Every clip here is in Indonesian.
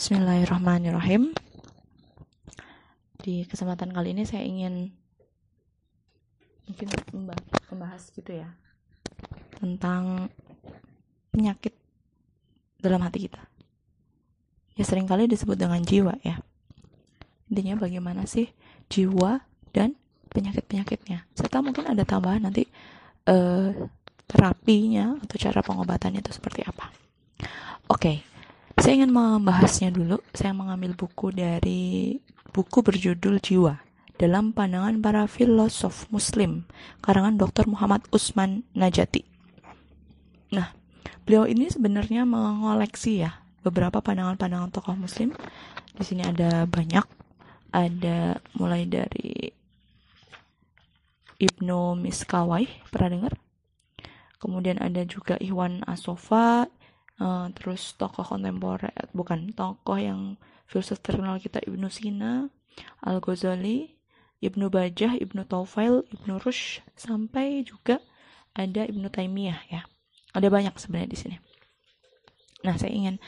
Bismillahirrahmanirrahim. Di kesempatan kali ini saya ingin mungkin membahas gitu ya tentang penyakit dalam hati kita. Ya seringkali disebut dengan jiwa ya. Intinya bagaimana sih jiwa dan penyakit-penyakitnya. Serta mungkin ada tambahan nanti terapinya atau cara pengobatannya itu seperti apa. Oke. Saya ingin membahasnya dulu. Saya mengambil buku berjudul Jiwa dalam Pandangan Para Filosof Muslim, karangan Dr. Muhammad Usman Najati. Nah, beliau ini sebenarnya mengoleksi ya beberapa pandangan-pandangan tokoh Muslim. Di sini ada banyak, ada mulai dari Ibnu Miskawai, pernah dengar? Kemudian ada juga Ikhwan As-Sofa. Terus tokoh kontemporer, tokoh yang filsuf terkenal kita, Ibnu Sina, Al-Ghazali, Ibnu Bajjah, Ibnu Taufail, Ibnu Rushd, sampai juga ada Ibnu Taimiyah ya. Ada banyak sebenarnya di sini. Nah, saya ingin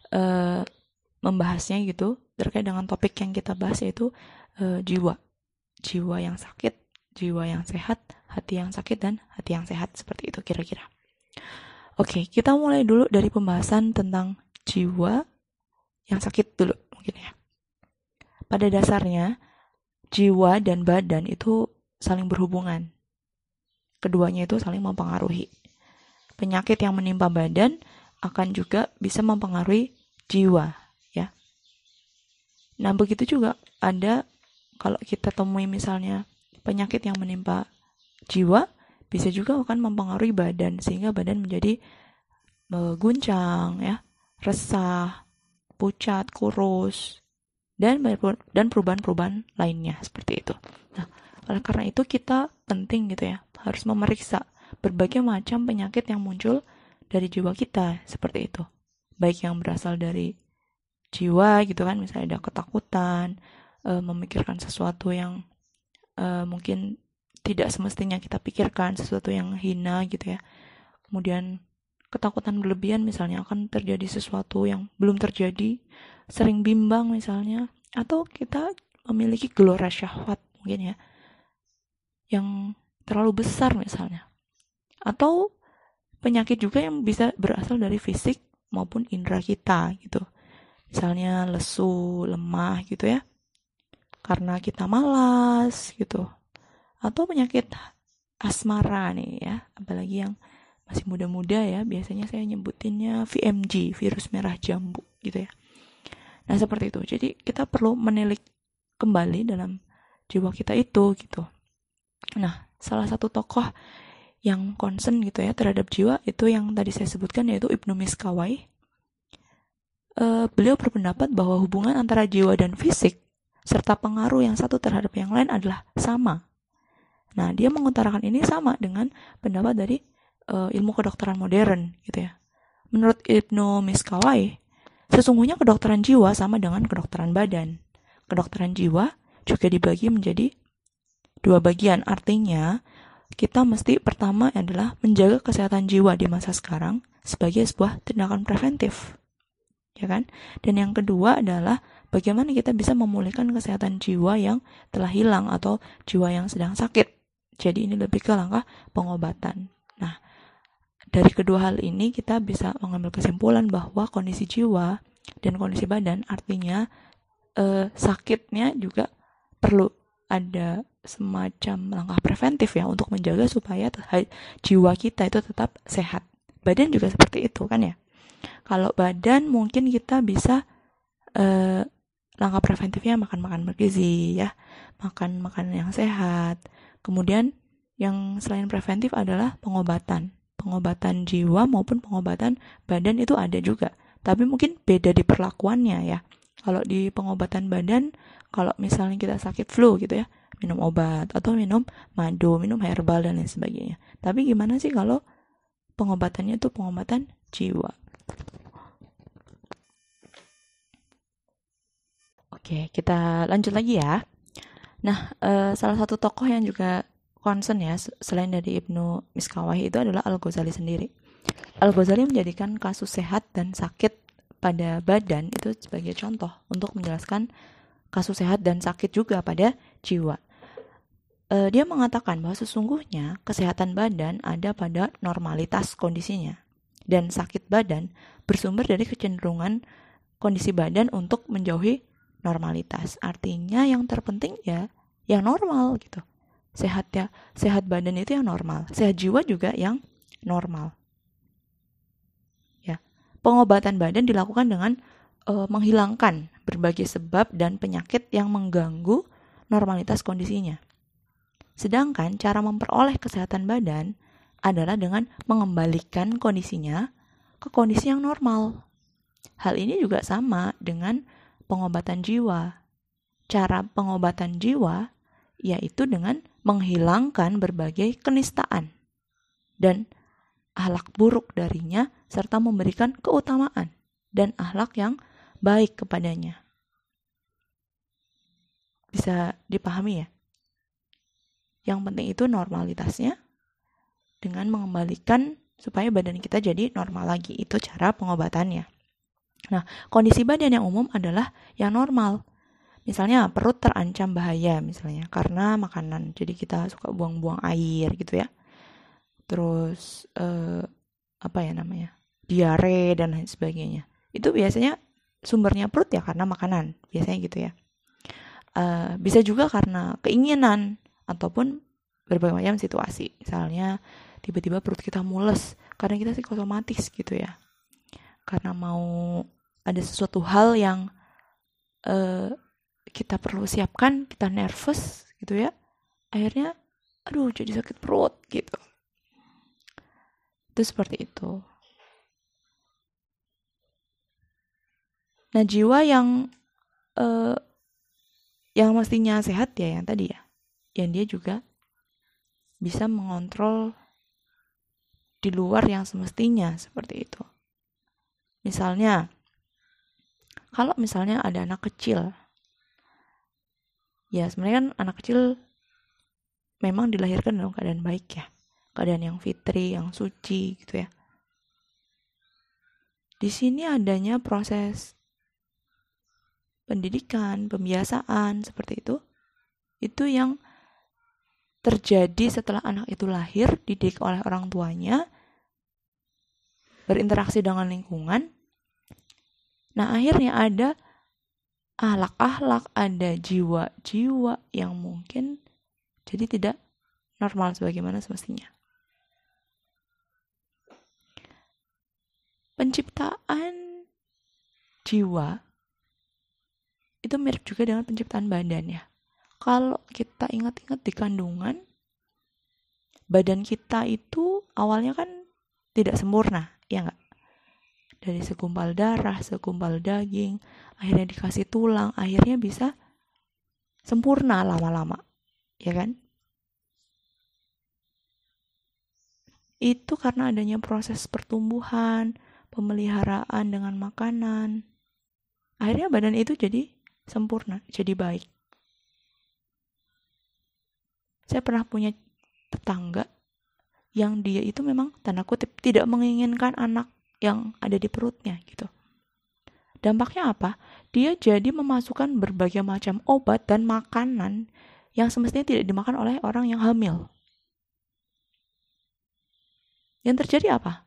membahasnya gitu terkait dengan topik yang kita bahas, yaitu jiwa yang sakit, jiwa yang sehat, hati yang sakit, dan hati yang sehat, seperti itu kira-kira. Oke, kita mulai dulu dari pembahasan tentang jiwa yang sakit dulu mungkin ya. Pada dasarnya, jiwa dan badan itu saling berhubungan. Keduanya itu saling mempengaruhi. Penyakit yang menimpa badan akan juga bisa mempengaruhi jiwa, ya. Nah, begitu juga ada kalau kita temui misalnya penyakit yang menimpa jiwa, bisa juga akan mempengaruhi badan, sehingga badan menjadi guncang, ya, resah, pucat, kurus, dan perubahan-perubahan lainnya seperti itu. Nah, oleh karena itu kita penting gitu ya, harus memeriksa berbagai macam penyakit yang muncul dari jiwa kita seperti itu. Baik yang berasal dari jiwa gitu kan, misalnya ada ketakutan, memikirkan sesuatu yang mungkin tidak semestinya kita pikirkan, sesuatu yang hina gitu ya. Kemudian ketakutan berlebihan misalnya akan terjadi sesuatu yang belum terjadi, sering bimbang misalnya, atau kita memiliki gelora syahwat mungkin ya, yang terlalu besar misalnya. Atau penyakit juga yang bisa berasal dari fisik maupun indera kita gitu. Misalnya lesu, lemah gitu ya, karena kita malas gitu. Atau penyakit asmara nih ya, apalagi yang masih muda-muda ya, biasanya saya nyebutinnya VMJ, virus merah jambu gitu ya. Nah, seperti itu. Jadi kita perlu menilik kembali dalam jiwa kita itu gitu. Nah, salah satu tokoh yang concern gitu ya terhadap jiwa itu yang tadi saya sebutkan, yaitu Ibnu Miskawai. Beliau berpendapat bahwa hubungan antara jiwa dan fisik serta pengaruh yang satu terhadap yang lain adalah sama. Nah, dia mengutarakan ini sama dengan pendapat dari ilmu kedokteran modern gitu ya. Menurut Ibnu Miskawai, sesungguhnya kedokteran jiwa sama dengan kedokteran badan. Kedokteran jiwa juga dibagi menjadi dua bagian. Artinya, kita mesti pertama adalah menjaga kesehatan jiwa di masa sekarang sebagai sebuah tindakan preventif. Ya kan? Dan yang kedua adalah bagaimana kita bisa memulihkan kesehatan jiwa yang telah hilang atau jiwa yang sedang sakit. Jadi ini lebih ke langkah pengobatan. Nah, dari kedua hal ini kita bisa mengambil kesimpulan bahwa kondisi jiwa dan kondisi badan artinya sakitnya juga perlu ada semacam langkah preventif ya untuk menjaga supaya jiwa kita itu tetap sehat. Badan juga seperti itu kan ya. Kalau badan mungkin kita bisa langkah preventifnya makan bergizi ya, makan makanan yang sehat. Kemudian yang selain preventif adalah pengobatan jiwa maupun pengobatan badan itu ada juga, tapi mungkin beda di perlakuannya ya. Kalau di pengobatan badan, kalau misalnya kita sakit flu gitu ya, minum obat atau minum madu, minum herbal dan lain sebagainya. Tapi gimana sih kalau pengobatannya itu pengobatan jiwa? Oke, kita lanjut lagi ya. Nah, salah satu tokoh yang juga concern ya, selain dari Ibnu Miskawai itu adalah Al-Ghazali sendiri. Al-Ghazali menjadikan kasus sehat dan sakit pada badan itu sebagai contoh untuk menjelaskan kasus sehat dan sakit juga pada jiwa. Dia mengatakan bahwa sesungguhnya kesehatan badan ada pada normalitas kondisinya, dan sakit badan bersumber dari kecenderungan kondisi badan untuk menjauhi normalitas. Artinya yang terpenting ya yang normal gitu. Sehat badan itu yang normal, sehat jiwa juga yang normal. Ya, pengobatan badan dilakukan dengan menghilangkan berbagai sebab dan penyakit yang mengganggu normalitas kondisinya. Sedangkan cara memperoleh kesehatan badan adalah dengan mengembalikan kondisinya ke kondisi yang normal. Hal ini juga sama dengan pengobatan jiwa. Cara pengobatan jiwa yaitu dengan menghilangkan berbagai kenistaan dan akhlak buruk darinya serta memberikan keutamaan dan akhlak yang baik kepadanya. Bisa dipahami ya? Yang penting itu normalitasnya dengan mengembalikan supaya badan kita jadi normal lagi. Itu cara pengobatannya. Nah, kondisi badan yang umum adalah yang normal. Misalnya perut terancam bahaya misalnya karena makanan. Jadi kita suka buang-buang air gitu ya. Terus diare dan lain sebagainya. Itu biasanya sumbernya perut ya karena makanan. Biasanya gitu ya. Bisa juga karena keinginan ataupun berbagai macam situasi. Misalnya tiba-tiba perut kita mules karena kita psikosomatis gitu ya. Karena mau ada sesuatu hal yang kita perlu siapkan, kita nervous gitu ya. Akhirnya jadi sakit perut gitu. Itu seperti itu. Nah, jiwa yang mestinya sehat ya yang tadi ya. Yang dia juga bisa mengontrol di luar yang semestinya seperti itu. Misalnya, kalau misalnya ada anak kecil, ya sebenarnya kan anak kecil memang dilahirkan dalam keadaan baik ya, keadaan yang fitri, yang suci gitu ya. Di sini adanya proses pendidikan, pembiasaan seperti itu yang terjadi setelah anak itu lahir, dididik oleh orang tuanya, berinteraksi dengan lingkungan. Nah, akhirnya ada akhlak-akhlak, ada jiwa-jiwa yang mungkin jadi tidak normal sebagaimana semestinya. Penciptaan jiwa itu mirip juga dengan penciptaan badan ya. Kalau kita ingat-ingat di kandungan, badan kita itu awalnya kan tidak sempurna, ya enggak? Dari segumpal darah, segumpal daging, akhirnya dikasih tulang, akhirnya bisa sempurna lama-lama, ya kan? Itu karena adanya proses pertumbuhan, pemeliharaan dengan makanan. Akhirnya badan itu jadi sempurna, jadi baik. Saya pernah punya tetangga yang dia itu memang tanda kutip tidak menginginkan anak yang ada di perutnya gitu. Dampaknya apa? Dia jadi memasukkan berbagai macam obat dan makanan yang semestinya tidak dimakan oleh orang yang hamil. Yang terjadi apa?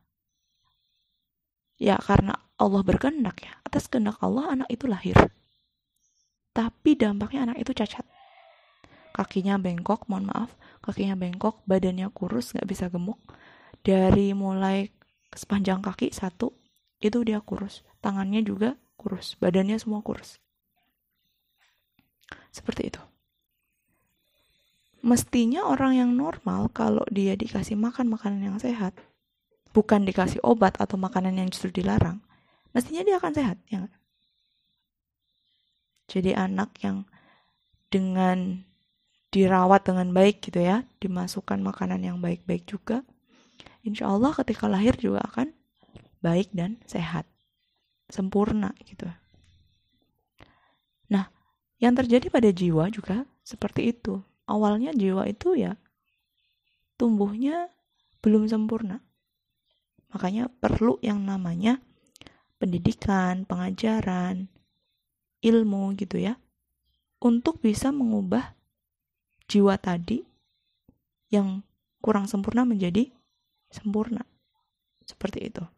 Ya karena Allah berkehendak ya. Atas kehendak Allah anak itu lahir. Tapi dampaknya anak itu cacat. Kakinya bengkok, kakinya bengkok, badannya kurus, gak bisa gemuk. Dari mulai sepanjang kaki satu, itu dia kurus. Tangannya juga kurus, badannya semua kurus. Seperti itu. Mestinya orang yang normal, kalau dia dikasih makan makanan yang sehat, bukan dikasih obat atau makanan yang justru dilarang, mestinya dia akan sehat, ya gak? Jadi anak yang dengan dirawat dengan baik gitu ya, dimasukkan makanan yang baik-baik juga, insya Allah ketika lahir juga akan baik dan sehat, sempurna gitu. Nah, yang terjadi pada jiwa juga seperti itu. Awalnya jiwa itu ya tumbuhnya belum sempurna. Makanya perlu yang namanya pendidikan, pengajaran, ilmu gitu ya, untuk bisa mengubah jiwa tadi yang kurang sempurna menjadi sempurna. Seperti itu.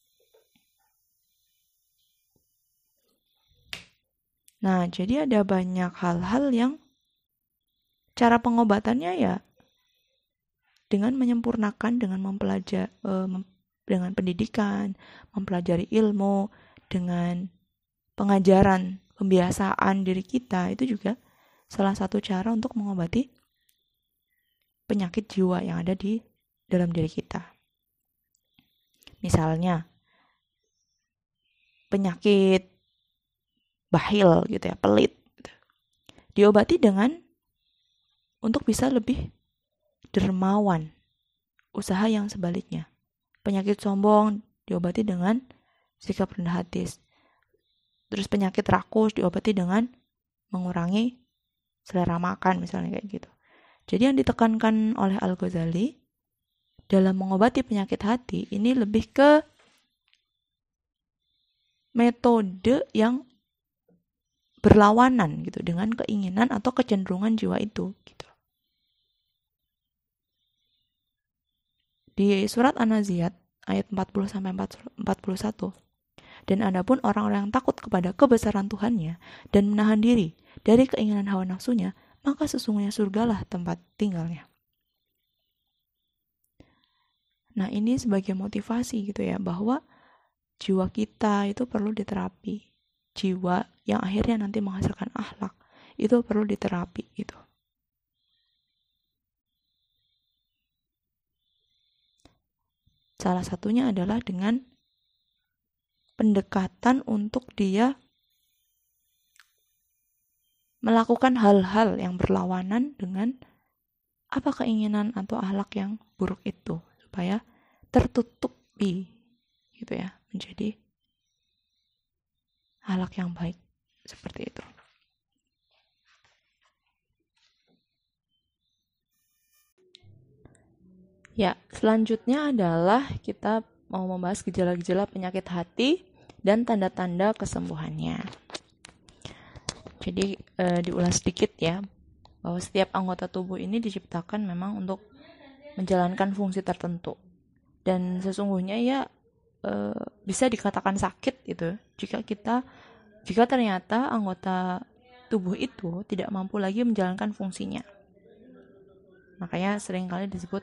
Nah, jadi ada banyak hal-hal yang cara pengobatannya ya dengan menyempurnakan, dengan mempelajari, dengan pendidikan, mempelajari ilmu, dengan pengajaran, pembiasaan diri kita, itu juga salah satu cara untuk mengobati penyakit jiwa yang ada di dalam diri kita. Misalnya, penyakit bahil gitu ya, pelit. Diobati dengan untuk bisa lebih dermawan, usaha yang sebaliknya. Penyakit sombong diobati dengan sikap rendah hati. Terus penyakit rakus diobati dengan mengurangi selera makan misalnya kayak gitu. Jadi yang ditekankan oleh Al-Ghazali dalam mengobati penyakit hati ini lebih ke metode yang berlawanan gitu dengan keinginan atau kecenderungan jiwa itu gitu. Di surat An-Naziat ayat 40 sampai 41. Dan adapun orang-orang yang takut kepada kebesaran Tuhannya dan menahan diri dari keinginan hawa nafsunya, maka sesungguhnya surgalah tempat tinggalnya. Nah, ini sebagai motivasi gitu ya, bahwa jiwa kita itu perlu diterapi. Jiwa yang akhirnya nanti menghasilkan akhlak itu perlu diterapi gitu. Salah satunya adalah dengan pendekatan untuk dia melakukan hal-hal yang berlawanan dengan apa keinginan atau akhlak yang buruk itu, supaya tertutupi gitu ya, menjadi akhlak yang baik, seperti itu. Ya, selanjutnya adalah kita mau membahas gejala-gejala penyakit hati dan tanda-tanda kesembuhannya. Jadi diulas sedikit ya, bahwa setiap anggota tubuh ini diciptakan memang untuk menjalankan fungsi tertentu. Dan sesungguhnya ya bisa dikatakan sakit gitu jika ternyata anggota tubuh itu tidak mampu lagi menjalankan fungsinya. Makanya seringkali disebut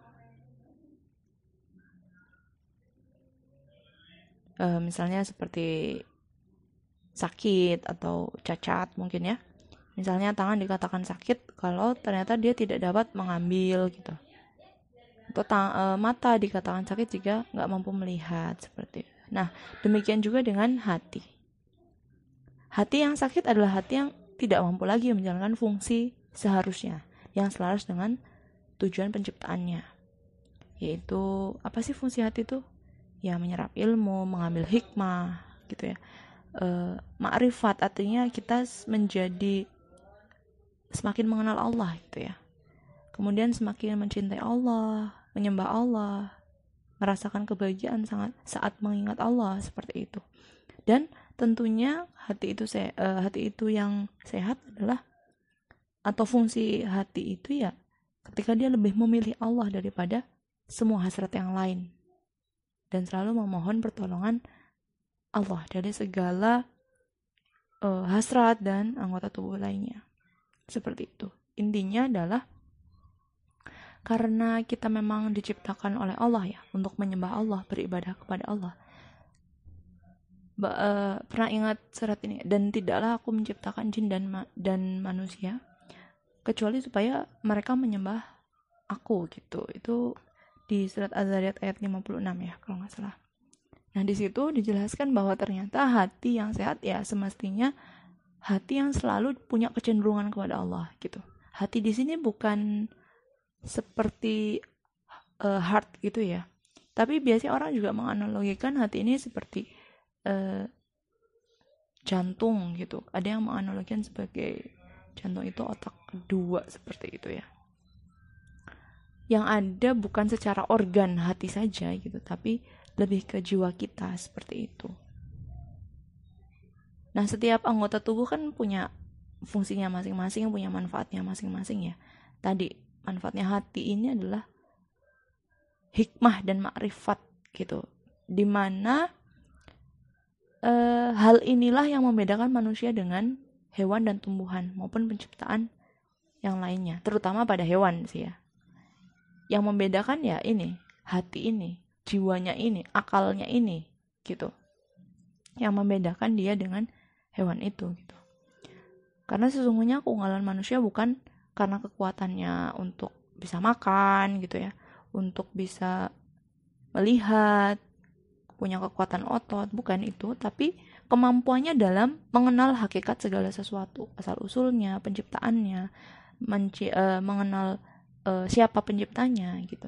misalnya seperti sakit atau cacat mungkin ya. Misalnya tangan dikatakan sakit kalau ternyata dia tidak dapat mengambil gitu. Atau mata dikatakan sakit jika nggak mampu melihat seperti itu. Nah, demikian juga dengan hati. Hati yang sakit adalah hati yang tidak mampu lagi menjalankan fungsi seharusnya, yang selaras dengan tujuan penciptaannya. Yaitu, apa sih fungsi hati itu? Ya, menyerap ilmu, mengambil hikmah, gitu ya. Ma'rifat, artinya kita menjadi semakin mengenal Allah, gitu ya. Kemudian semakin mencintai Allah, menyembah Allah, merasakan kebahagiaan sangat saat mengingat Allah, seperti itu. Dan tentunya hati itu yang sehat adalah, atau fungsi hati itu ya ketika dia lebih memilih Allah daripada semua hasrat yang lain, dan selalu memohon pertolongan Allah dari segala hasrat dan anggota tubuh lainnya. Seperti itu. Intinya adalah karena kita memang diciptakan oleh Allah ya untuk menyembah Allah, beribadah kepada Allah. Pernah ingat surat ini, dan tidaklah aku menciptakan jin dan manusia kecuali supaya mereka menyembah aku gitu. Itu di surat Az-Zariyat ayat 56 ya kalau nggak salah. Nah, di situ dijelaskan bahwa ternyata hati yang sehat ya semestinya hati yang selalu punya kecenderungan kepada Allah gitu. Hati di sini bukan seperti heart gitu ya. Tapi biasanya orang juga menganalogikan hati ini seperti jantung gitu. Ada yang menganalogikan sebagai jantung itu otak kedua, seperti itu ya. Yang ada bukan secara organ hati saja gitu, tapi lebih ke jiwa kita, seperti itu. Nah, setiap anggota tubuh kan punya fungsinya masing-masing, punya manfaatnya masing-masing ya. Tadi manfaatnya hati ini adalah hikmah dan makrifat gitu. Dimana hal inilah yang membedakan manusia dengan hewan dan tumbuhan maupun penciptaan yang lainnya, terutama pada hewan sih ya. Yang membedakan ya ini, hati ini, jiwanya ini, akalnya ini gitu. Yang membedakan dia dengan hewan itu gitu. Karena sesungguhnya keunggulan manusia bukan karena kekuatannya untuk bisa makan gitu ya, untuk bisa melihat, punya kekuatan otot, bukan itu, tapi kemampuannya dalam mengenal hakikat segala sesuatu, asal-usulnya, penciptaannya, mengenal siapa penciptanya gitu.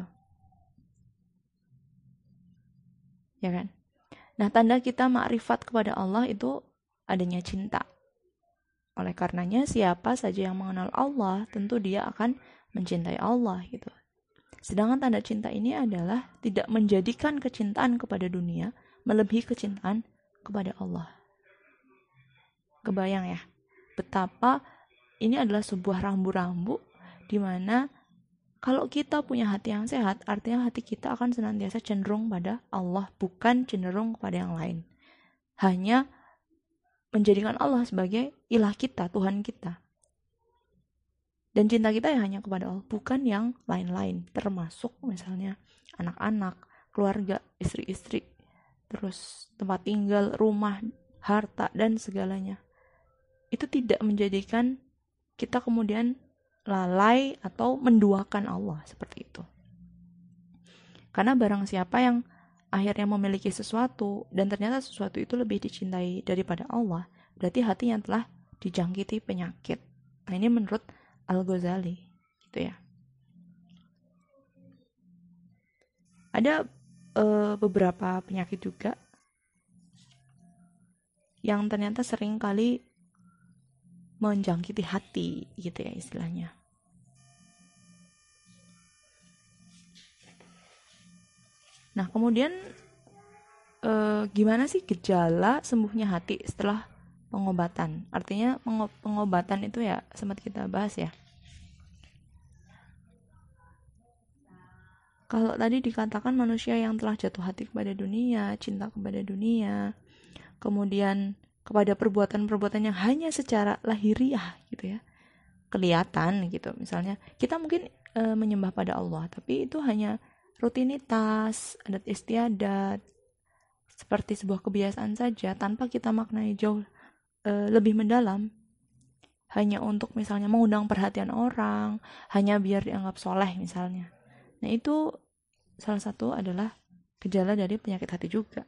Ya kan? Nah, tanda kita makrifat kepada Allah itu adanya cinta. Oleh karenanya, siapa saja yang mengenal Allah, tentu dia akan mencintai Allah gitu. Sedangkan tanda cinta ini adalah tidak menjadikan kecintaan kepada dunia melebihi kecintaan kepada Allah. Kebayang ya, betapa ini adalah sebuah rambu-rambu di mana kalau kita punya hati yang sehat, artinya hati kita akan senantiasa cenderung pada Allah, bukan cenderung kepada yang lain. Hanya menjadikan Allah sebagai ilah kita, Tuhan kita. Dan cinta kita ya hanya kepada Allah, bukan yang lain-lain, termasuk misalnya anak-anak, keluarga, istri-istri, terus tempat tinggal, rumah, harta, dan segalanya. Itu tidak menjadikan kita kemudian lalai atau menduakan Allah seperti itu. Karena barang siapa yang akhirnya memiliki sesuatu dan ternyata sesuatu itu lebih dicintai daripada Allah, berarti hatinya telah dijangkiti penyakit. Nah, ini menurut Al-Ghazali gitu ya. Ada beberapa penyakit juga yang ternyata sering kali menjangkiti hati gitu ya istilahnya. Nah, kemudian gimana sih gejala sembuhnya hati setelah pengobatan? Artinya pengobatan itu ya sempat kita bahas ya. Kalau tadi dikatakan manusia yang telah jatuh hati kepada dunia, cinta kepada dunia, kemudian kepada perbuatan-perbuatan yang hanya secara lahiriah gitu ya, kelihatan gitu. Misalnya kita mungkin menyembah pada Allah, tapi itu hanya rutinitas, adat istiadat, seperti sebuah kebiasaan saja tanpa kita maknai jauh lebih mendalam, hanya untuk misalnya mengundang perhatian orang, hanya biar dianggap soleh misalnya. Nah, itu salah satu adalah gejala dari penyakit hati juga.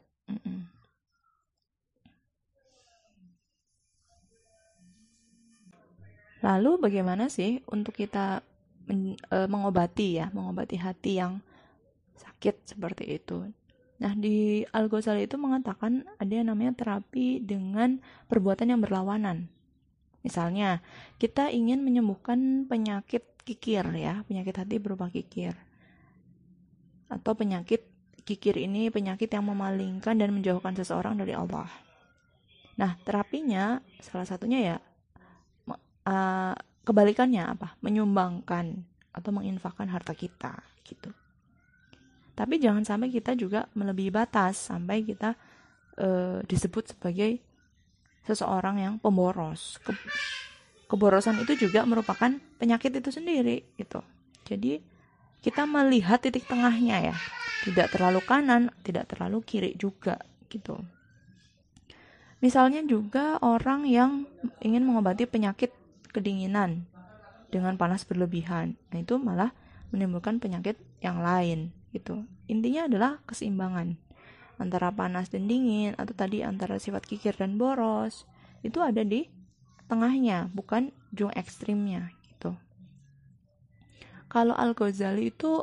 Lalu bagaimana sih untuk kita mengobati hati yang sakit seperti itu? Nah, di Al-Ghazali itu mengatakan ada yang namanya terapi dengan perbuatan yang berlawanan. Misalnya, kita ingin menyembuhkan penyakit kikir ya, penyakit hati berupa kikir. Atau penyakit kikir ini penyakit yang memalingkan dan menjauhkan seseorang dari Allah. Nah, terapinya salah satunya ya kebalikannya apa? Menyumbangkan atau menginfakkan harta kita gitu. Tapi jangan sampai kita juga melebihi batas sampai kita disebut sebagai seseorang yang pemboros. Keborosan itu juga merupakan penyakit itu sendiri gitu. Jadi kita melihat titik tengahnya ya, tidak terlalu kanan, tidak terlalu kiri juga gitu. Misalnya juga orang yang ingin mengobati penyakit kedinginan dengan panas berlebihan, nah itu malah menimbulkan penyakit yang lain gitu. Intinya adalah keseimbangan antara panas dan dingin, atau tadi antara sifat kikir dan boros, itu ada di tengahnya, bukan ujung ekstrimnya gitu. Kalau Al-Ghazali itu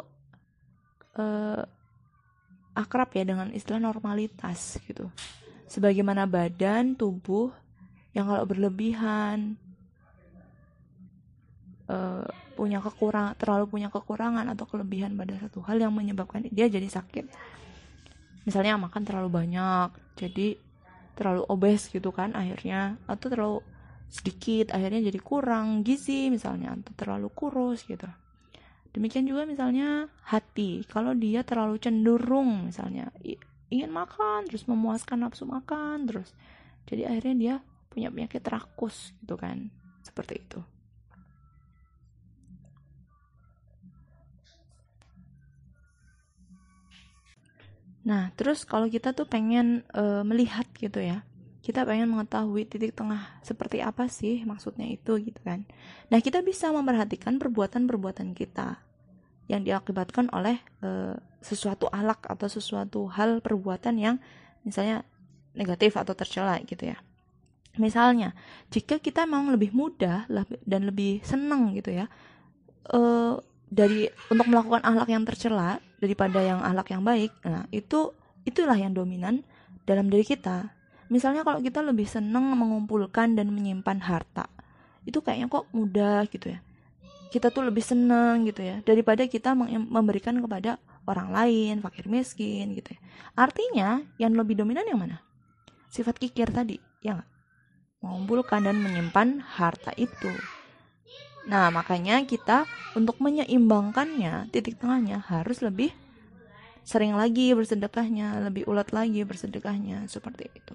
akrab ya dengan istilah normalitas gitu. Sebagaimana badan, tubuh yang kalau berlebihan terlalu punya kekurangan atau kelebihan pada satu hal yang menyebabkan dia jadi sakit. Misalnya makan terlalu banyak, jadi terlalu obes gitu kan akhirnya, atau terlalu sedikit akhirnya jadi kurang gizi misalnya, atau terlalu kurus gitu. Demikian juga misalnya hati, kalau dia terlalu cenderung misalnya ingin makan terus, memuaskan nafsu makan terus, jadi akhirnya dia punya penyakit rakus gitu kan, seperti itu. Nah, terus kalau kita tuh pengen melihat gitu ya, kita pengen mengetahui titik tengah seperti apa sih maksudnya itu gitu kan. Nah, kita bisa memperhatikan perbuatan-perbuatan kita yang diakibatkan oleh sesuatu akhlak atau sesuatu hal perbuatan yang misalnya negatif atau tercela gitu ya. Misalnya, jika kita memang lebih mudah dan lebih senang gitu ya, dari untuk melakukan akhlak yang tercela daripada yang akhlak yang baik, nah itulah yang dominan dalam diri kita. Misalnya kalau kita lebih senang mengumpulkan dan menyimpan harta, itu kayaknya kok mudah gitu ya. Kita tuh lebih senang gitu ya daripada kita memberikan kepada orang lain, fakir miskin gitu ya. Artinya yang lebih dominan yang mana? Sifat kikir tadi, ya nggak? Mengumpulkan dan menyimpan harta itu. Nah, makanya kita untuk menyeimbangkannya, titik tengahnya harus lebih sering lagi bersedekahnya, lebih ulet lagi bersedekahnya, seperti itu.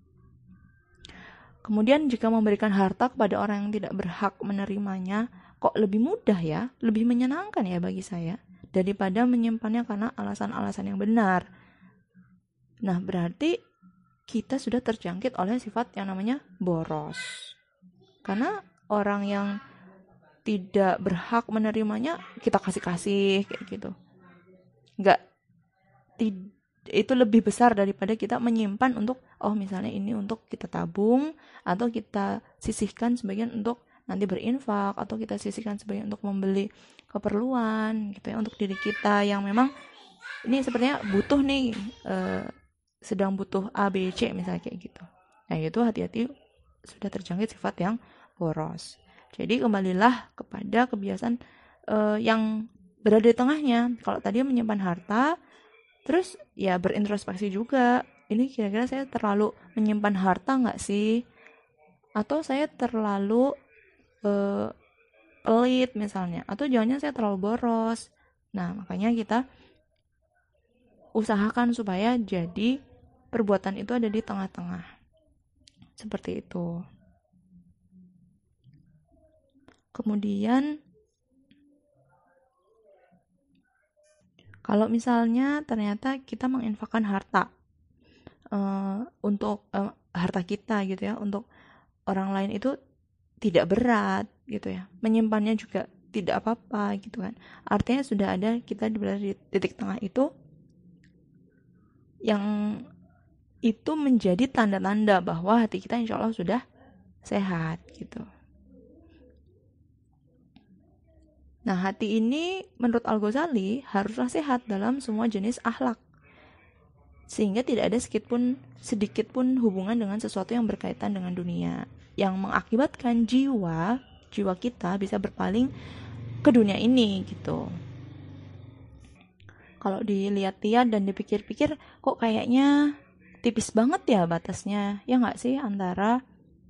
Kemudian jika memberikan harta kepada orang yang tidak berhak menerimanya, kok lebih mudah ya, lebih menyenangkan ya bagi saya, daripada menyimpannya karena alasan-alasan yang benar. Nah, berarti kita sudah terjangkit oleh sifat yang namanya boros. Karena orang yang tidak berhak menerimanya kita kasih kayak gitu, nggak itu lebih besar daripada kita menyimpan untuk misalnya ini untuk kita tabung, atau kita sisihkan sebagian untuk nanti berinfak, atau kita sisihkan sebagian untuk membeli keperluan gitu ya, untuk diri kita yang memang ini sepertinya butuh nih, sedang butuh A, B, C misalnya kayak gitu. Nah itu hati-hati, sudah terjangkit sifat yang boros. Jadi kembalilah kepada kebiasaan yang berada di tengahnya. Kalau tadi menyimpan harta, terus ya berintrospeksi juga. Ini kira-kira saya terlalu menyimpan harta nggak sih? Atau saya terlalu pelit misalnya? Atau jangan-jangan saya terlalu boros? Nah makanya kita usahakan supaya jadi perbuatan itu ada di tengah-tengah. Seperti itu. Kemudian kalau misalnya ternyata kita menginfakkan harta untuk harta kita gitu ya, untuk orang lain itu tidak berat gitu ya, menyimpannya juga tidak apa-apa gitu kan. Artinya sudah ada, kita berada di titik tengah itu, yang itu menjadi tanda-tanda bahwa hati kita insya Allah sudah sehat gitu. Nah, hati ini menurut Al-Ghazali haruslah sehat dalam semua jenis akhlak, sehingga tidak ada sedikit pun hubungan dengan sesuatu yang berkaitan dengan dunia, yang mengakibatkan jiwa kita bisa berpaling ke dunia ini gitu. Kalau dilihat-lihat dan dipikir-pikir, kok kayaknya tipis banget ya batasnya, ya nggak sih, antara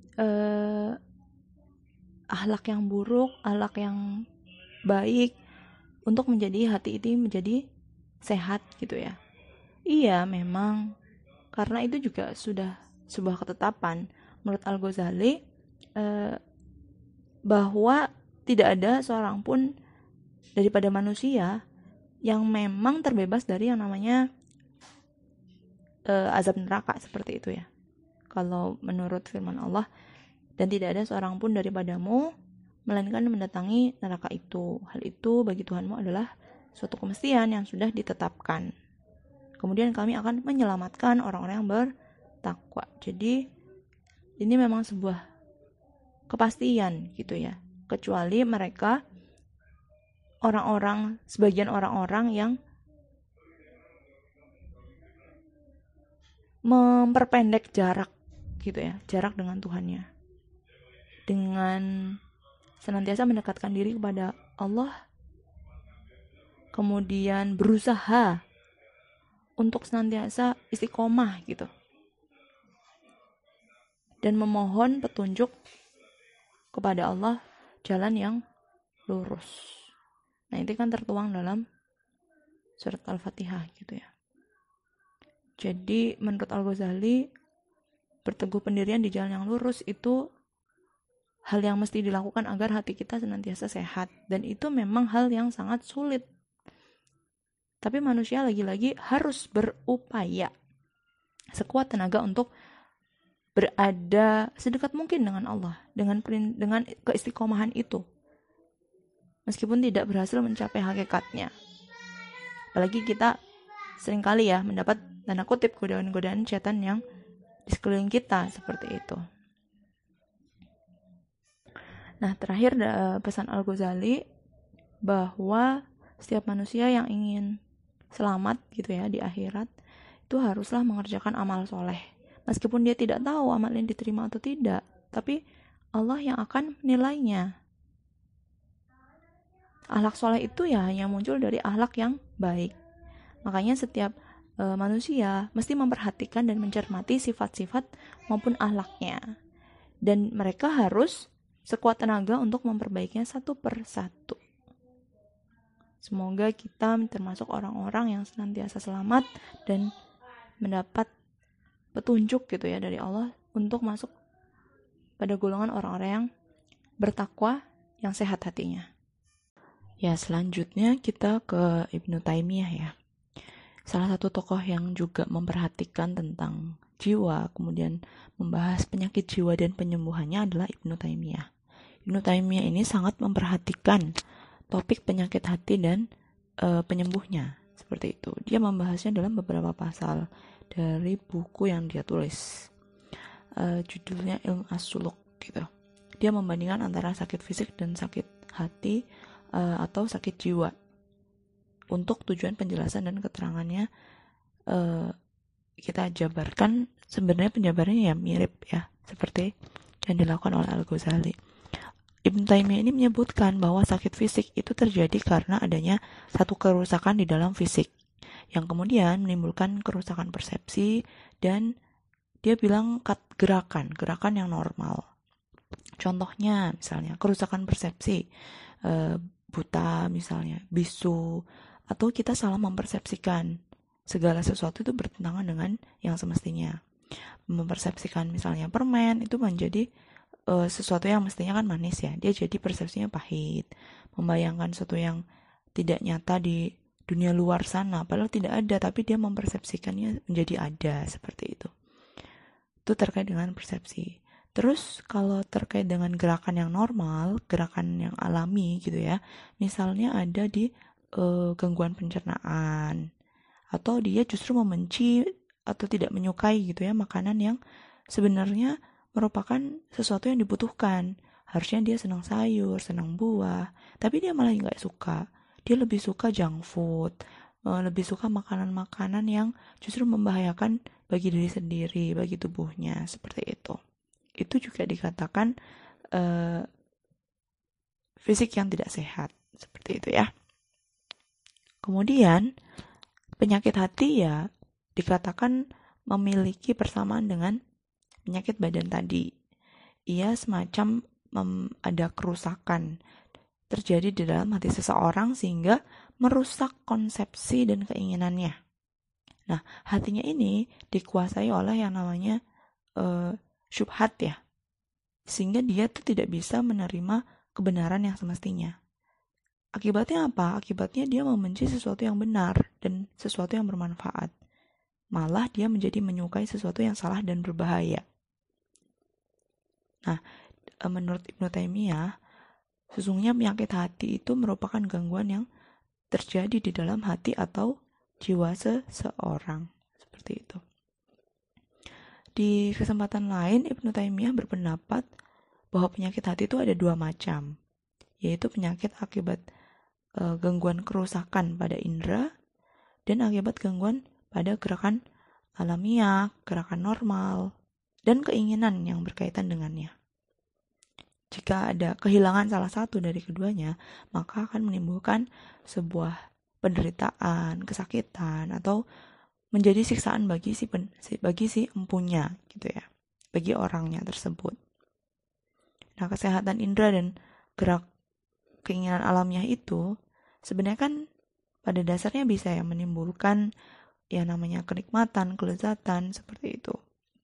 akhlak yang buruk, akhlak yang baik, untuk menjadi hati ini menjadi sehat gitu ya. Iya memang, karena itu juga sudah sebuah ketetapan menurut Al-Ghazali, bahwa tidak ada seorang pun daripada manusia yang memang terbebas dari yang namanya azab neraka, seperti itu ya. Kalau menurut firman Allah, dan tidak ada seorang pun daripadamu melainkan mendatangi neraka itu. Hal itu bagi Tuhanmu adalah suatu kemestian yang sudah ditetapkan. Kemudian kami akan menyelamatkan orang-orang yang bertakwa. Jadi ini memang sebuah kepastian gitu ya. Kecuali mereka sebagian orang-orang yang memperpendek jarak gitu ya, jarak dengan Tuhannya, dengan senantiasa mendekatkan diri kepada Allah, kemudian berusaha untuk senantiasa istiqomah gitu. dan memohon petunjuk kepada Allah jalan yang lurus. Nah, itu kan tertuang dalam surat Al-Fatihah gitu ya. Jadi menurut Al-Ghazali, berteguh pendirian di jalan yang lurus itu hal yang mesti dilakukan agar hati kita senantiasa sehat, dan itu memang hal yang sangat sulit. Tapi manusia lagi-lagi harus berupaya sekuat tenaga untuk berada sedekat mungkin dengan Allah, dengan keistiqomahan itu, meskipun tidak berhasil mencapai hakikatnya. Apalagi kita seringkali ya mendapat tanda kutip godaan-godaan setan yang di sekeliling kita seperti itu. Nah, terakhir pesan Al-Ghazali bahwa setiap manusia yang ingin selamat gitu ya di akhirat itu haruslah mengerjakan amal soleh. Meskipun dia tidak tahu amal ini diterima atau tidak, tapi Allah yang akan menilainya. Akhlak soleh itu ya hanya muncul dari akhlak yang baik. Makanya setiap manusia mesti memperhatikan dan mencermati sifat-sifat maupun akhlaknya. Dan mereka harus sekuat tenaga untuk memperbaikinya satu per satu. Semoga kita termasuk orang-orang yang senantiasa selamat dan mendapat petunjuk gitu ya dari Allah untuk masuk pada golongan orang-orang yang bertakwa, yang sehat hatinya. Ya, selanjutnya kita ke Ibnu Taimiyah ya. Salah satu tokoh yang juga memperhatikan tentang jiwa, kemudian membahas penyakit jiwa dan penyembuhannya adalah Ibnu Taimiyah. Ibnu Taimiyah ini sangat memperhatikan topik penyakit hati dan penyembuhnya. Seperti itu. Dia membahasnya dalam beberapa pasal dari buku yang dia tulis. Judulnya Ilmu As-Suluk gitu. Dia membandingkan antara sakit fisik dan sakit hati atau sakit jiwa. Untuk tujuan penjelasan dan keterangannya kita jabarkan, sebenarnya penjabarannya ya mirip ya seperti yang dilakukan oleh Al-Ghazali. Ibnu Taimiyah ini menyebutkan bahwa sakit fisik itu terjadi karena adanya satu kerusakan di dalam fisik yang kemudian menimbulkan kerusakan persepsi, dan dia bilang gerakan yang normal. Contohnya misalnya kerusakan persepsi, buta misalnya, bisu, atau kita salah mempersepsikan segala sesuatu itu bertentangan dengan yang semestinya. Mempersepsikan misalnya permen itu menjadi sesuatu yang mestinya kan manis ya, dia jadi persepsinya pahit. Membayangkan sesuatu yang tidak nyata di dunia luar sana, padahal tidak ada, tapi dia mempersepsikannya menjadi ada, seperti itu. Itu terkait dengan persepsi. Terus kalau terkait dengan gerakan yang normal, gerakan yang alami gitu ya, misalnya ada di gangguan pencernaan, atau dia justru membenci atau tidak menyukai gitu ya makanan yang sebenarnya merupakan sesuatu yang dibutuhkan. Harusnya dia senang sayur, senang buah, tapi dia malah nggak suka. Dia lebih suka junk food, lebih suka makanan-makanan yang justru membahayakan bagi diri sendiri, bagi tubuhnya, seperti itu. Itu juga dikatakan fisik yang tidak sehat, seperti itu ya. Kemudian penyakit hati ya dikatakan memiliki persamaan dengan penyakit badan tadi. Ia semacam ada kerusakan terjadi di dalam hati seseorang sehingga merusak konsepsi dan keinginannya. Nah, hatinya ini dikuasai oleh yang namanya syubhat ya. Sehingga dia tuh tidak bisa menerima kebenaran yang semestinya. Akibatnya apa? Akibatnya dia membenci sesuatu yang benar dan sesuatu yang bermanfaat. Malah dia menjadi menyukai sesuatu yang salah dan berbahaya. Nah, menurut Ibnu Taimiyah, sesungguhnya penyakit hati itu merupakan gangguan yang terjadi di dalam hati atau jiwa seseorang. Seperti itu. Di kesempatan lain, Ibnu Taimiyah berpendapat bahwa penyakit hati itu ada dua macam, yaitu penyakit akibat gangguan kerusakan pada indera dan akibat gangguan pada gerakan alamiah, gerakan normal, dan keinginan yang berkaitan dengannya. Jika ada kehilangan salah satu dari keduanya, maka akan menimbulkan sebuah penderitaan, kesakitan, atau menjadi siksaan bagi si empunya, gitu ya. bagi orangnya tersebut. Nah, kesehatan indera dan gerak keinginan alamiah itu sebenarnya kan pada dasarnya bisa ya menimbulkan yang namanya kenikmatan, kelezatan, seperti itu.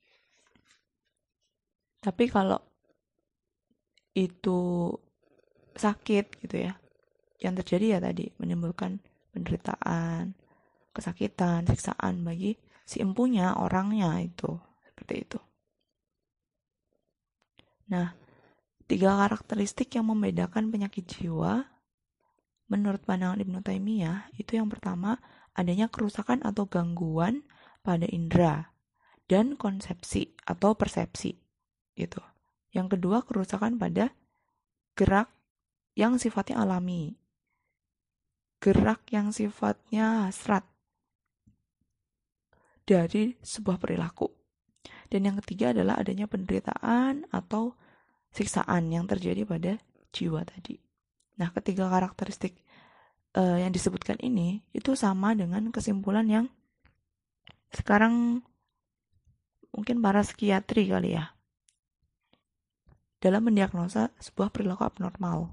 Tapi kalau itu sakit gitu ya, yang terjadi ya tadi menimbulkan penderitaan, kesakitan, siksaan bagi si empunya, orangnya itu, seperti itu. Nah, 3 karakteristik yang membedakan penyakit jiwa menurut pandangan Ibnu Taimiyah itu yang pertama adanya kerusakan atau gangguan pada indera dan konsepsi atau persepsi gitu. Yang kedua kerusakan pada gerak yang sifatnya alami, gerak yang sifatnya hasrat dari sebuah perilaku. Dan yang ketiga adalah adanya penderitaan atau siksaan yang terjadi pada jiwa tadi. Nah, ketiga karakteristik yang disebutkan ini itu sama dengan kesimpulan yang sekarang mungkin para psikiatri kali ya dalam mendiagnosa sebuah perilaku abnormal.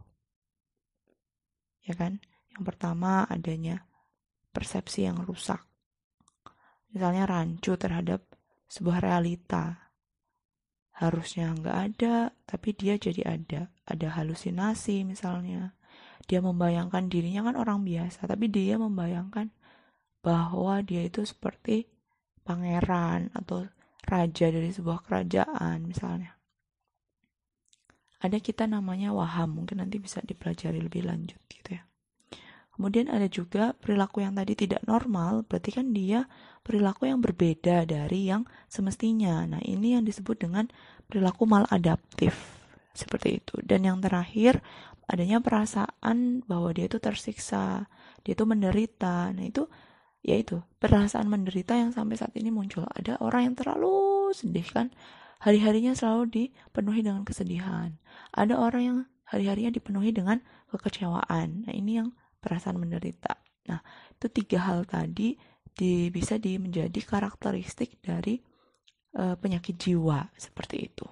Ya kan? Yang pertama adanya persepsi yang rusak. Misalnya rancu terhadap sebuah realita. Harusnya nggak ada, tapi dia jadi ada. Ada halusinasi misalnya. Dia membayangkan dirinya kan orang biasa, tapi dia membayangkan bahwa dia itu seperti pangeran atau raja dari sebuah kerajaan misalnya. Ada kita namanya waham, mungkin nanti bisa dipelajari lebih lanjut gitu ya. Kemudian ada juga perilaku yang tadi tidak normal, berarti kan dia perilaku yang berbeda dari yang semestinya. Nah, ini yang disebut dengan perilaku maladaptif, seperti itu. Dan yang terakhir, adanya perasaan bahwa dia itu tersiksa, dia itu menderita. Nah, itu yaitu perasaan menderita yang sampai saat ini muncul. Ada orang yang terlalu sedih kan, hari-harinya selalu dipenuhi dengan kesedihan. Ada orang yang hari-harinya dipenuhi dengan kekecewaan. Nah, ini yang perasaan menderita. Nah, itu 3 hal tadi bisa menjadi karakteristik dari penyakit jiwa seperti itu.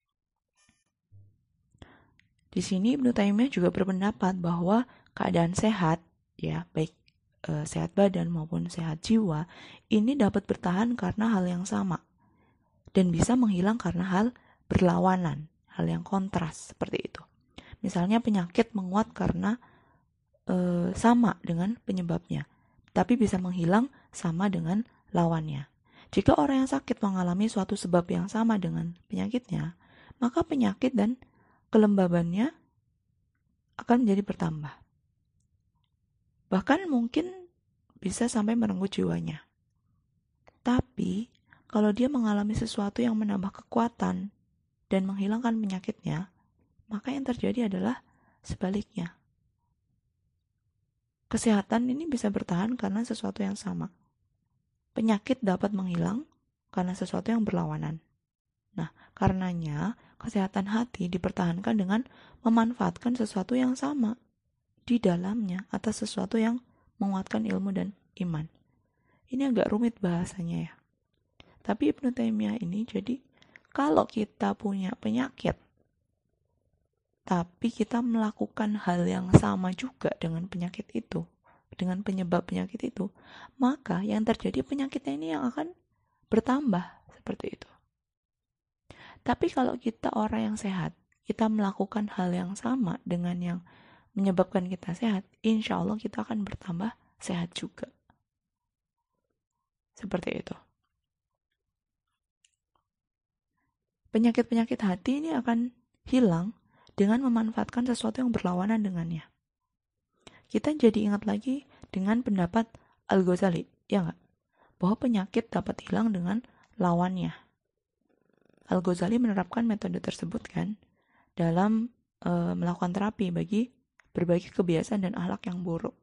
Di sini Ibnu Taimiyah juga berpendapat bahwa keadaan sehat, ya baik sehat badan maupun sehat jiwa, ini dapat bertahan karena hal yang sama dan bisa menghilang karena hal berlawanan, hal yang kontras seperti itu. Misalnya penyakit menguat karena sama dengan penyebabnya, tapi bisa menghilang sama dengan lawannya. Jika orang yang sakit mengalami suatu sebab yang sama dengan penyakitnya, maka penyakit dan kelembabannya akan menjadi bertambah. Bahkan mungkin bisa sampai merenggut jiwanya. Tapi, kalau dia mengalami sesuatu yang menambah kekuatan dan menghilangkan penyakitnya, maka yang terjadi adalah sebaliknya. Kesehatan ini bisa bertahan karena sesuatu yang sama. Penyakit dapat menghilang karena sesuatu yang berlawanan. Nah, karenanya kesehatan hati dipertahankan dengan memanfaatkan sesuatu yang sama di dalamnya atas sesuatu yang menguatkan ilmu dan iman. Ini agak rumit bahasanya ya. Tapi Ibnu Taimiyah ini jadi kalau kita punya penyakit tapi kita melakukan hal yang sama juga dengan penyakit itu, dengan penyebab penyakit itu, maka yang terjadi penyakitnya ini yang akan bertambah seperti itu. Tapi kalau kita orang yang sehat, kita melakukan hal yang sama dengan yang menyebabkan kita sehat, insya Allah kita akan bertambah sehat juga. Seperti itu. Penyakit-penyakit hati ini akan hilang dengan memanfaatkan sesuatu yang berlawanan dengannya. Kita jadi ingat lagi dengan pendapat Al-Ghazali, ya nggak? Bahwa penyakit dapat hilang dengan lawannya. Al-Ghazali menerapkan metode tersebut kan dalam melakukan terapi bagi berbagai kebiasaan dan akhlak yang buruk.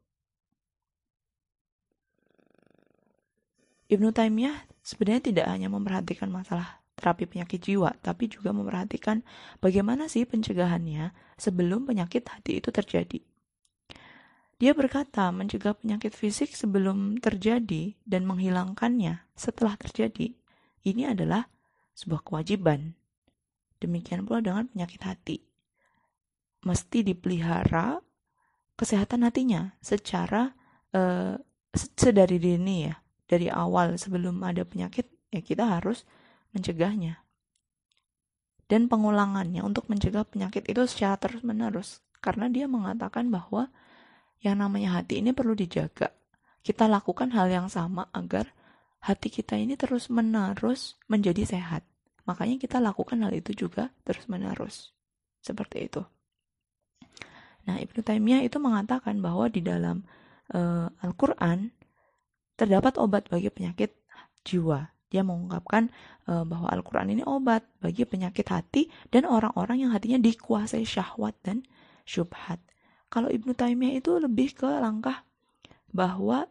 Ibnu Taimiyah sebenarnya tidak hanya memperhatikan masalah terapi penyakit jiwa, tapi juga memperhatikan bagaimana sih pencegahannya sebelum penyakit hati itu terjadi. Dia berkata, mencegah penyakit fisik sebelum terjadi dan menghilangkannya setelah terjadi, ini adalah sebuah kewajiban. Demikian pula dengan penyakit hati. Mesti dipelihara kesehatan hatinya secara sedari dini ya. Dari awal sebelum ada penyakit ya kita harus mencegahnya. Dan pengulangannya untuk mencegah penyakit itu secara terus-menerus. Karena dia mengatakan bahwa yang namanya hati ini perlu dijaga. Kita lakukan hal yang sama agar hati kita ini terus-menerus menjadi sehat. Makanya kita lakukan hal itu juga terus-menerus. Seperti itu. Nah, Ibnu Taimiyah itu mengatakan bahwa di dalam Al-Quran terdapat obat bagi penyakit jiwa. Dia mengungkapkan bahwa Al-Quran ini obat bagi penyakit hati dan orang-orang yang hatinya dikuasai syahwat dan syubhat. Kalau Ibnu Taimiyah itu lebih ke langkah bahwa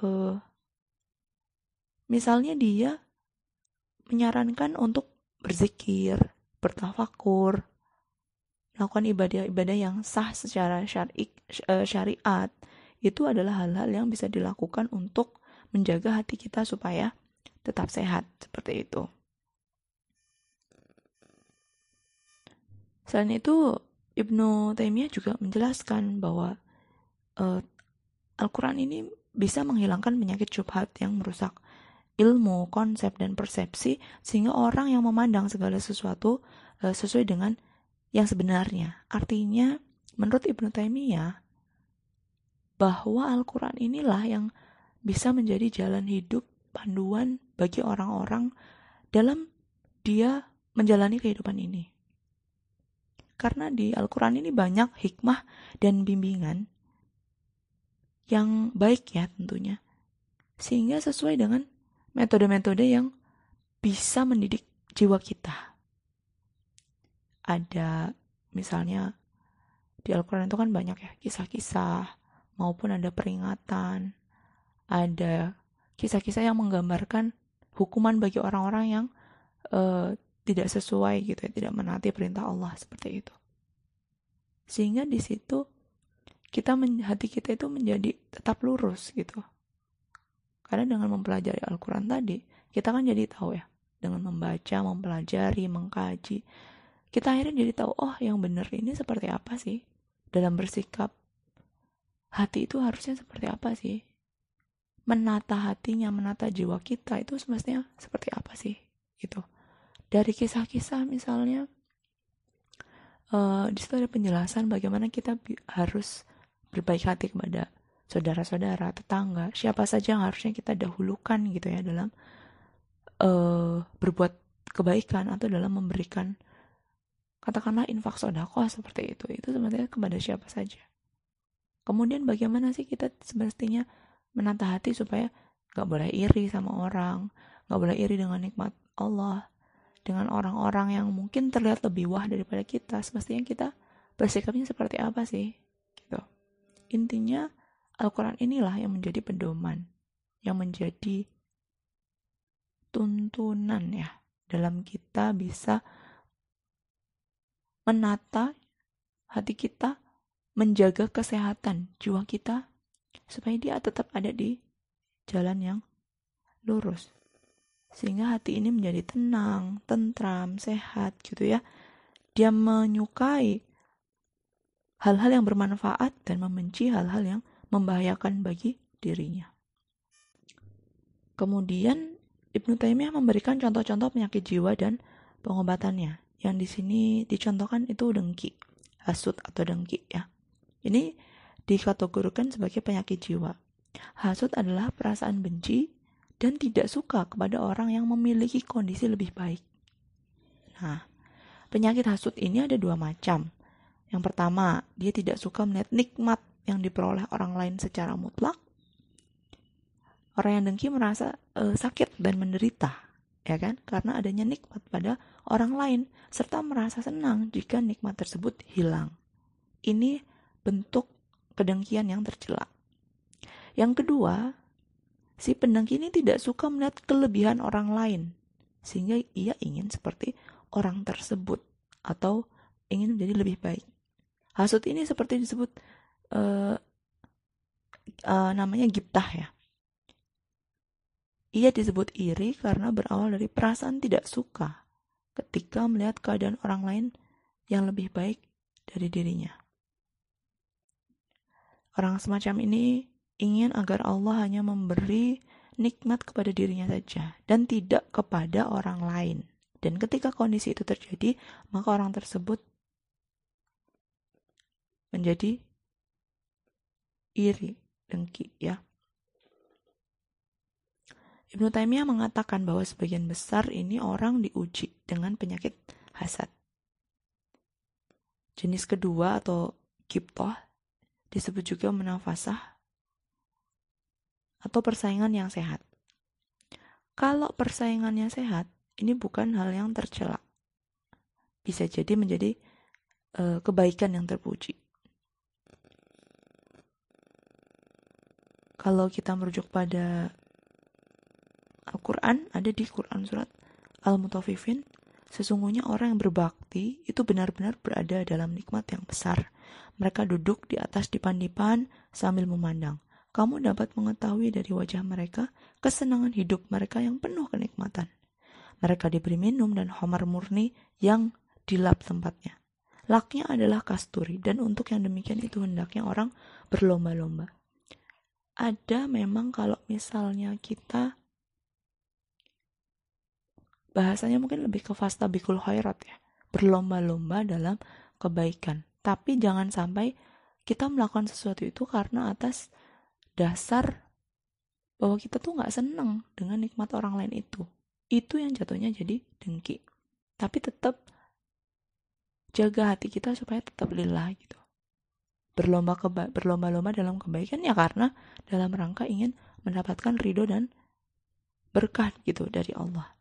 misalnya dia menyarankan untuk berzikir, bertafakur, melakukan ibadah-ibadah yang sah secara syariat. Itu adalah hal-hal yang bisa dilakukan untuk menjaga hati kita supaya tetap sehat, seperti itu. Selain itu, Ibnu Taimiyah juga menjelaskan bahwa Al-Quran ini bisa menghilangkan penyakit syubhat yang merusak ilmu, konsep, dan persepsi, sehingga orang yang memandang segala sesuatu sesuai dengan yang sebenarnya. Artinya, menurut Ibnu Taimiyah, bahwa Al-Quran inilah yang bisa menjadi jalan hidup, panduan bagi orang-orang dalam dia menjalani kehidupan ini. Karena di Al-Quran ini banyak hikmah dan bimbingan yang baik ya tentunya. Sehingga sesuai dengan metode-metode yang bisa mendidik jiwa kita. Ada misalnya di Al-Quran itu kan banyak ya kisah-kisah, maupun ada peringatan, ada kisah-kisah yang menggambarkan hukuman bagi orang-orang yang tidak sesuai gitu ya, tidak menaati perintah Allah seperti itu. Sehingga di situ hati kita itu menjadi tetap lurus gitu. Karena dengan mempelajari Al-Quran tadi, kita kan jadi tahu ya, dengan membaca, mempelajari, mengkaji, kita akhirnya jadi tahu, oh yang benar ini seperti apa sih dalam bersikap. Hati itu harusnya seperti apa sih? Menata hatinya, menata jiwa kita itu semestinya seperti apa sih? Gitu. Dari kisah-kisah misalnya, di situ ada penjelasan bagaimana kita harus berbaik hati kepada saudara-saudara, tetangga, siapa saja yang harusnya kita dahulukan gitu ya dalam berbuat kebaikan atau dalam memberikan, katakanlah infak sedekah seperti itu sebenarnya kepada siapa saja. Kemudian bagaimana sih kita semestinya menata hati supaya gak boleh iri sama orang, gak boleh iri dengan nikmat Allah, dengan orang-orang yang mungkin terlihat lebih wah daripada kita. Semestinya kita bersikapnya seperti apa sih? Gitu. Intinya Al-Quran inilah yang menjadi pedoman, yang menjadi tuntunan ya dalam kita bisa menata hati kita, menjaga kesehatan jiwa kita supaya dia tetap ada di jalan yang lurus, sehingga hati ini menjadi tenang, tentram, sehat gitu ya. Dia menyukai hal-hal yang bermanfaat dan membenci hal-hal yang membahayakan bagi dirinya. Kemudian Ibnu Taimiyah memberikan contoh-contoh penyakit jiwa dan pengobatannya. Yang di sini dicontohkan itu dengki, hasut atau dengki ya. Ini dikategorikan sebagai penyakit jiwa. Hasut adalah perasaan benci dan tidak suka kepada orang yang memiliki kondisi lebih baik. Nah, penyakit hasut ini ada dua macam. Yang pertama, dia tidak suka melihat nikmat yang diperoleh orang lain secara mutlak. Orang yang dengki merasa sakit dan menderita, ya kan? Karena adanya nikmat pada orang lain, serta merasa senang jika nikmat tersebut hilang. Ini bentuk kedengkian yang tercela. Yang kedua, si pendengki ini tidak suka melihat kelebihan orang lain, sehingga ia ingin seperti orang tersebut atau ingin menjadi lebih baik. Hasut ini seperti disebut namanya gibtah ya. Ia disebut iri karena berawal dari perasaan tidak suka ketika melihat keadaan orang lain yang lebih baik dari dirinya. Orang semacam ini ingin agar Allah hanya memberi nikmat kepada dirinya saja dan tidak kepada orang lain. Dan ketika kondisi itu terjadi, maka orang tersebut menjadi iri, dengki, ya. Ibnu Taimiyah mengatakan bahwa sebagian besar ini orang diuji dengan penyakit hasad. Jenis kedua atau ghibthah disebut juga munafasah atau persaingan yang sehat. Kalau persaingannya sehat, ini bukan hal yang tercela. Bisa jadi menjadi kebaikan yang terpuji. Kalau kita merujuk pada Al-Quran, ada di Quran surat Al-Mutaffifin, sesungguhnya orang yang berbakti itu benar-benar berada dalam nikmat yang besar. Mereka duduk di atas dipan-dipan sambil memandang. Kamu dapat mengetahui dari wajah mereka kesenangan hidup mereka yang penuh kenikmatan. Mereka diberi minum dan khamar murni yang dilap tempatnya. Laknya adalah kasturi, dan untuk yang demikian itu hendaknya orang berlomba-lomba. Ada memang kalau misalnya kita bahasanya mungkin lebih ke fastabikul khairat ya, berlomba-lomba dalam kebaikan. Tapi jangan sampai kita melakukan sesuatu itu karena atas dasar bahwa kita tuh gak seneng dengan nikmat orang lain itu. Itu yang jatuhnya jadi dengki. Tapi tetap jaga hati kita supaya tetap lillah gitu. Berlomba-lomba dalam kebaikan ya karena dalam rangka ingin mendapatkan ridho dan berkah gitu dari Allah.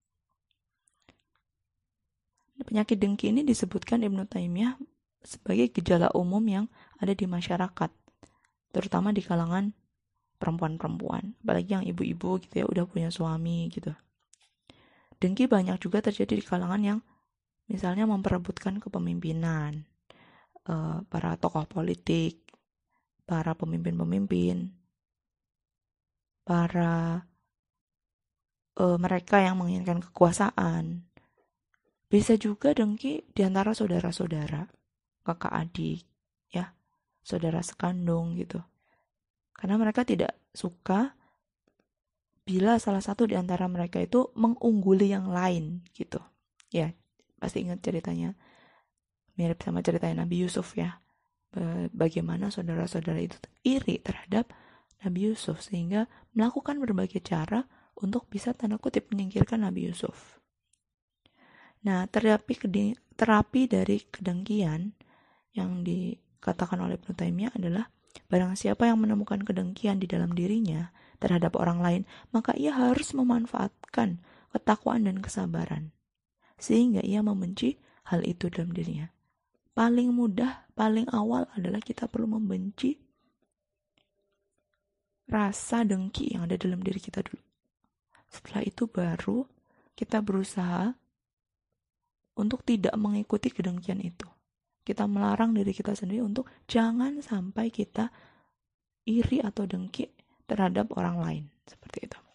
Penyakit dengki ini disebutkan Ibnu Taimiyah sebagai gejala umum yang ada di masyarakat, terutama di kalangan perempuan-perempuan, apalagi yang ibu-ibu gitu ya, udah punya suami gitu. Dengki banyak juga terjadi di kalangan yang misalnya memperebutkan kepemimpinan, para tokoh politik, para pemimpin-pemimpin, para mereka yang menginginkan kekuasaan. Bisa juga dengki di antara saudara-saudara, kakak adik, ya, saudara sekandung gitu. Karena mereka tidak suka bila salah satu di antara mereka itu mengungguli yang lain gitu. Ya, pasti ingat ceritanya. Mirip sama ceritanya Nabi Yusuf ya. Bagaimana saudara-saudara itu iri terhadap Nabi Yusuf sehingga melakukan berbagai cara untuk bisa tanda kutip menyingkirkan Nabi Yusuf. Nah, terapi dari kedengkian yang dikatakan oleh Ibnu Taimiyah adalah barang siapa yang menemukan kedengkian di dalam dirinya terhadap orang lain, maka ia harus memanfaatkan ketakwaan dan kesabaran sehingga ia membenci hal itu dalam dirinya. Paling mudah, paling awal adalah kita perlu membenci rasa dengki yang ada dalam diri kita dulu. Setelah itu baru kita berusaha untuk tidak mengikuti kedengkian itu. Kita melarang diri kita sendiri untuk jangan sampai kita iri atau dengki terhadap orang lain. Seperti itu.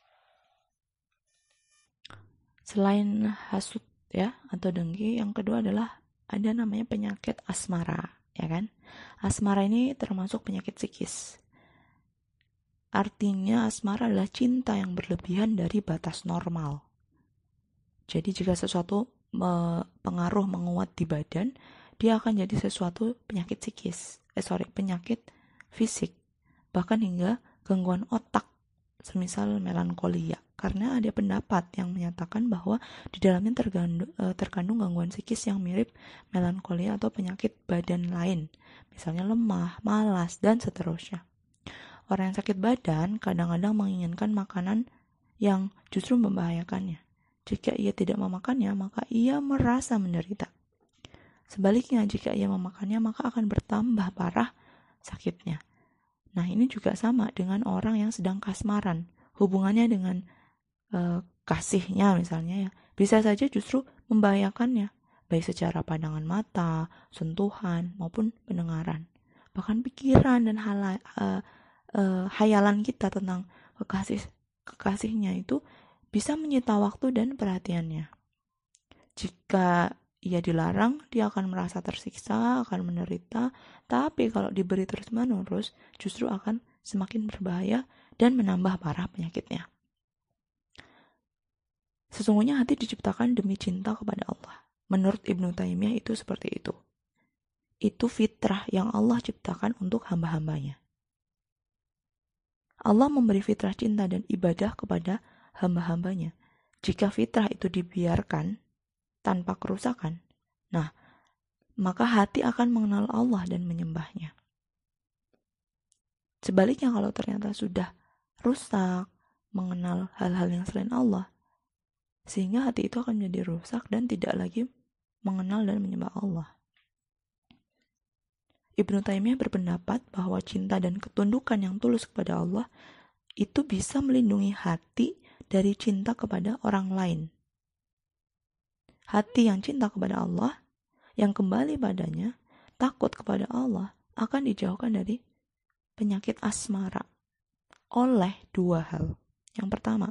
Selain hasud ya atau dengki, yang kedua adalah ada namanya penyakit asmara, ya kan? Asmara ini termasuk penyakit psikis. Artinya asmara adalah cinta yang berlebihan dari batas normal. Jadi jika sesuatu pengaruh menguat di badan, dia akan jadi sesuatu penyakit psikis. Penyakit fisik. Bahkan hingga gangguan otak, semisal melankolia. Karena ada pendapat yang menyatakan bahwa di dalamnya terkandung gangguan psikis yang mirip melankolia atau penyakit badan lain. Misalnya lemah, malas, dan seterusnya. Orang yang sakit badan kadang-kadang menginginkan makanan yang justru membahayakannya. Jika ia tidak memakannya, maka ia merasa menderita. Sebaliknya, jika ia memakannya, maka akan bertambah parah sakitnya. Nah, ini juga sama dengan orang yang sedang kasmaran. Hubungannya dengan kasihnya misalnya ya, bisa saja justru membahayakannya, baik secara pandangan mata, sentuhan, maupun pendengaran. Bahkan pikiran dan hayalan kita tentang kekasihnya itu bisa menyita waktu dan perhatiannya. Jika ia dilarang, dia akan merasa tersiksa, akan menderita. Tapi kalau diberi terus-menerus, justru akan semakin berbahaya dan menambah parah penyakitnya. Sesungguhnya hati diciptakan demi cinta kepada Allah. Menurut Ibnu Taimiyah itu seperti itu. Itu fitrah yang Allah ciptakan untuk hamba-hambanya. Allah memberi fitrah cinta dan ibadah kepada hamba-hambanya. Jika fitrah itu dibiarkan tanpa kerusakan, nah, maka hati akan mengenal Allah dan menyembahnya. Sebaliknya kalau ternyata sudah rusak, mengenal hal-hal yang selain Allah, sehingga hati itu akan menjadi rusak dan tidak lagi mengenal dan menyembah Allah. Ibnu Taimiyah berpendapat bahwa cinta dan ketundukan yang tulus kepada Allah itu bisa melindungi hati dari cinta kepada orang lain. Hati yang cinta kepada Allah, yang kembali padanya, takut kepada Allah, akan dijauhkan dari penyakit asmara oleh dua hal. Yang pertama,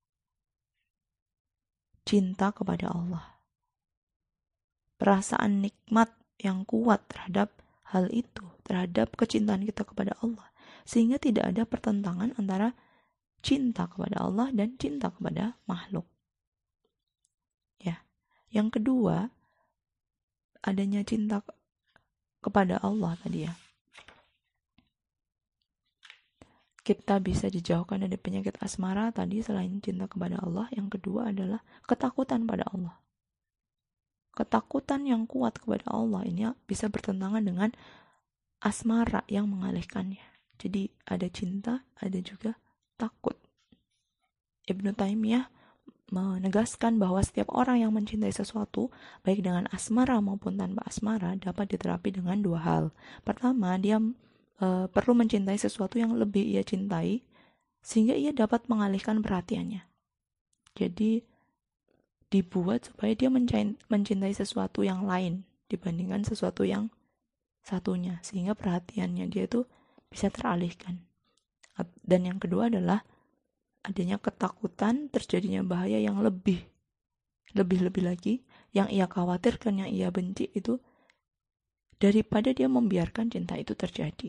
cinta kepada Allah. Perasaan nikmat yang kuat terhadap hal itu, terhadap kecintaan kita kepada Allah, sehingga tidak ada pertentangan antara cinta kepada Allah dan cinta kepada makhluk. Ya. Yang kedua, adanya cinta kepada Allah tadi ya. Kita bisa dijauhkan dari penyakit asmara tadi selain cinta kepada Allah. Yang kedua adalah ketakutan pada Allah. Ketakutan yang kuat kepada Allah ini bisa bertentangan dengan asmara yang mengalihkannya. Jadi ada cinta, ada juga takut. Ibnu Taimiyah menegaskan bahwa setiap orang yang mencintai sesuatu, baik dengan asmara maupun tanpa asmara, dapat diterapi dengan dua hal. Pertama, dia perlu mencintai sesuatu yang lebih ia cintai, sehingga ia dapat mengalihkan perhatiannya. Jadi dibuat supaya dia mencintai sesuatu yang lain dibandingkan sesuatu yang satunya, sehingga perhatiannya dia itu bisa teralihkan. Dan yang kedua adalah adanya ketakutan terjadinya bahaya yang lebih lagi, yang ia khawatirkan, yang ia benci itu, daripada dia membiarkan cinta itu terjadi.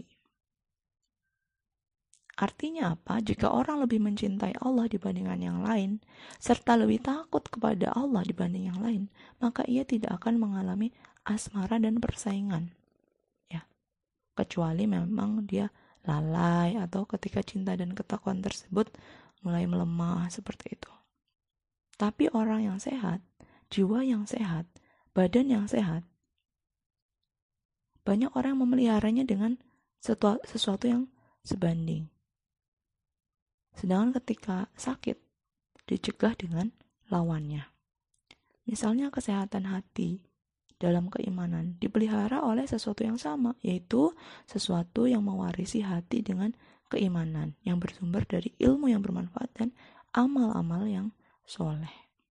Artinya apa? Jika orang lebih mencintai Allah dibandingkan yang lain, serta lebih takut kepada Allah dibanding yang lain, maka ia tidak akan mengalami asmara dan persaingan. Ya, kecuali memang dia lalai atau ketika cinta dan ketakutan tersebut mulai melemah seperti itu. Tapi orang yang sehat, jiwa yang sehat, badan yang sehat, banyak orang yang memeliharanya dengan sesuatu yang sebanding. Sedangkan ketika sakit, dicegah dengan lawannya. Misalnya kesehatan hati dalam keimanan dipelihara oleh sesuatu yang sama, yaitu sesuatu yang mewarisi hati dengan keimanan yang bersumber dari ilmu yang bermanfaat dan amal-amal yang soleh.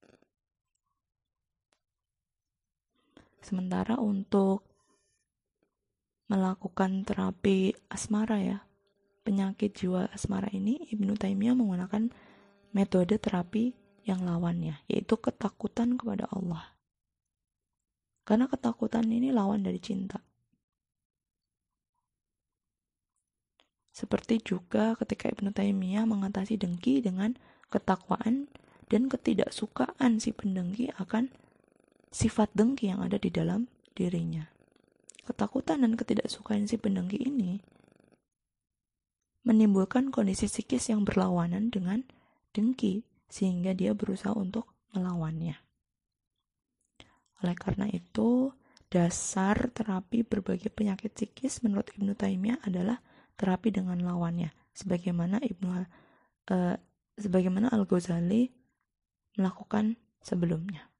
Sementara untuk melakukan terapi asmara ya, penyakit jiwa asmara ini, Ibnu Taimiyah menggunakan metode terapi yang lawannya, yaitu ketakutan kepada Allah. Karena ketakutan ini lawan dari cinta. Seperti juga ketika Ibnu Taimiyah mengatasi dengki dengan ketakwaan dan ketidaksukaan si pendengki akan sifat dengki yang ada di dalam dirinya. Ketakutan dan ketidaksukaan si pendengki ini menimbulkan kondisi psikis yang berlawanan dengan dengki, sehingga dia berusaha untuk melawannya. Oleh karena itu, dasar terapi berbagai penyakit psikis menurut Ibnu Taimiyah adalah terapi dengan lawannya, sebagaimana Al-Ghazali melakukan sebelumnya.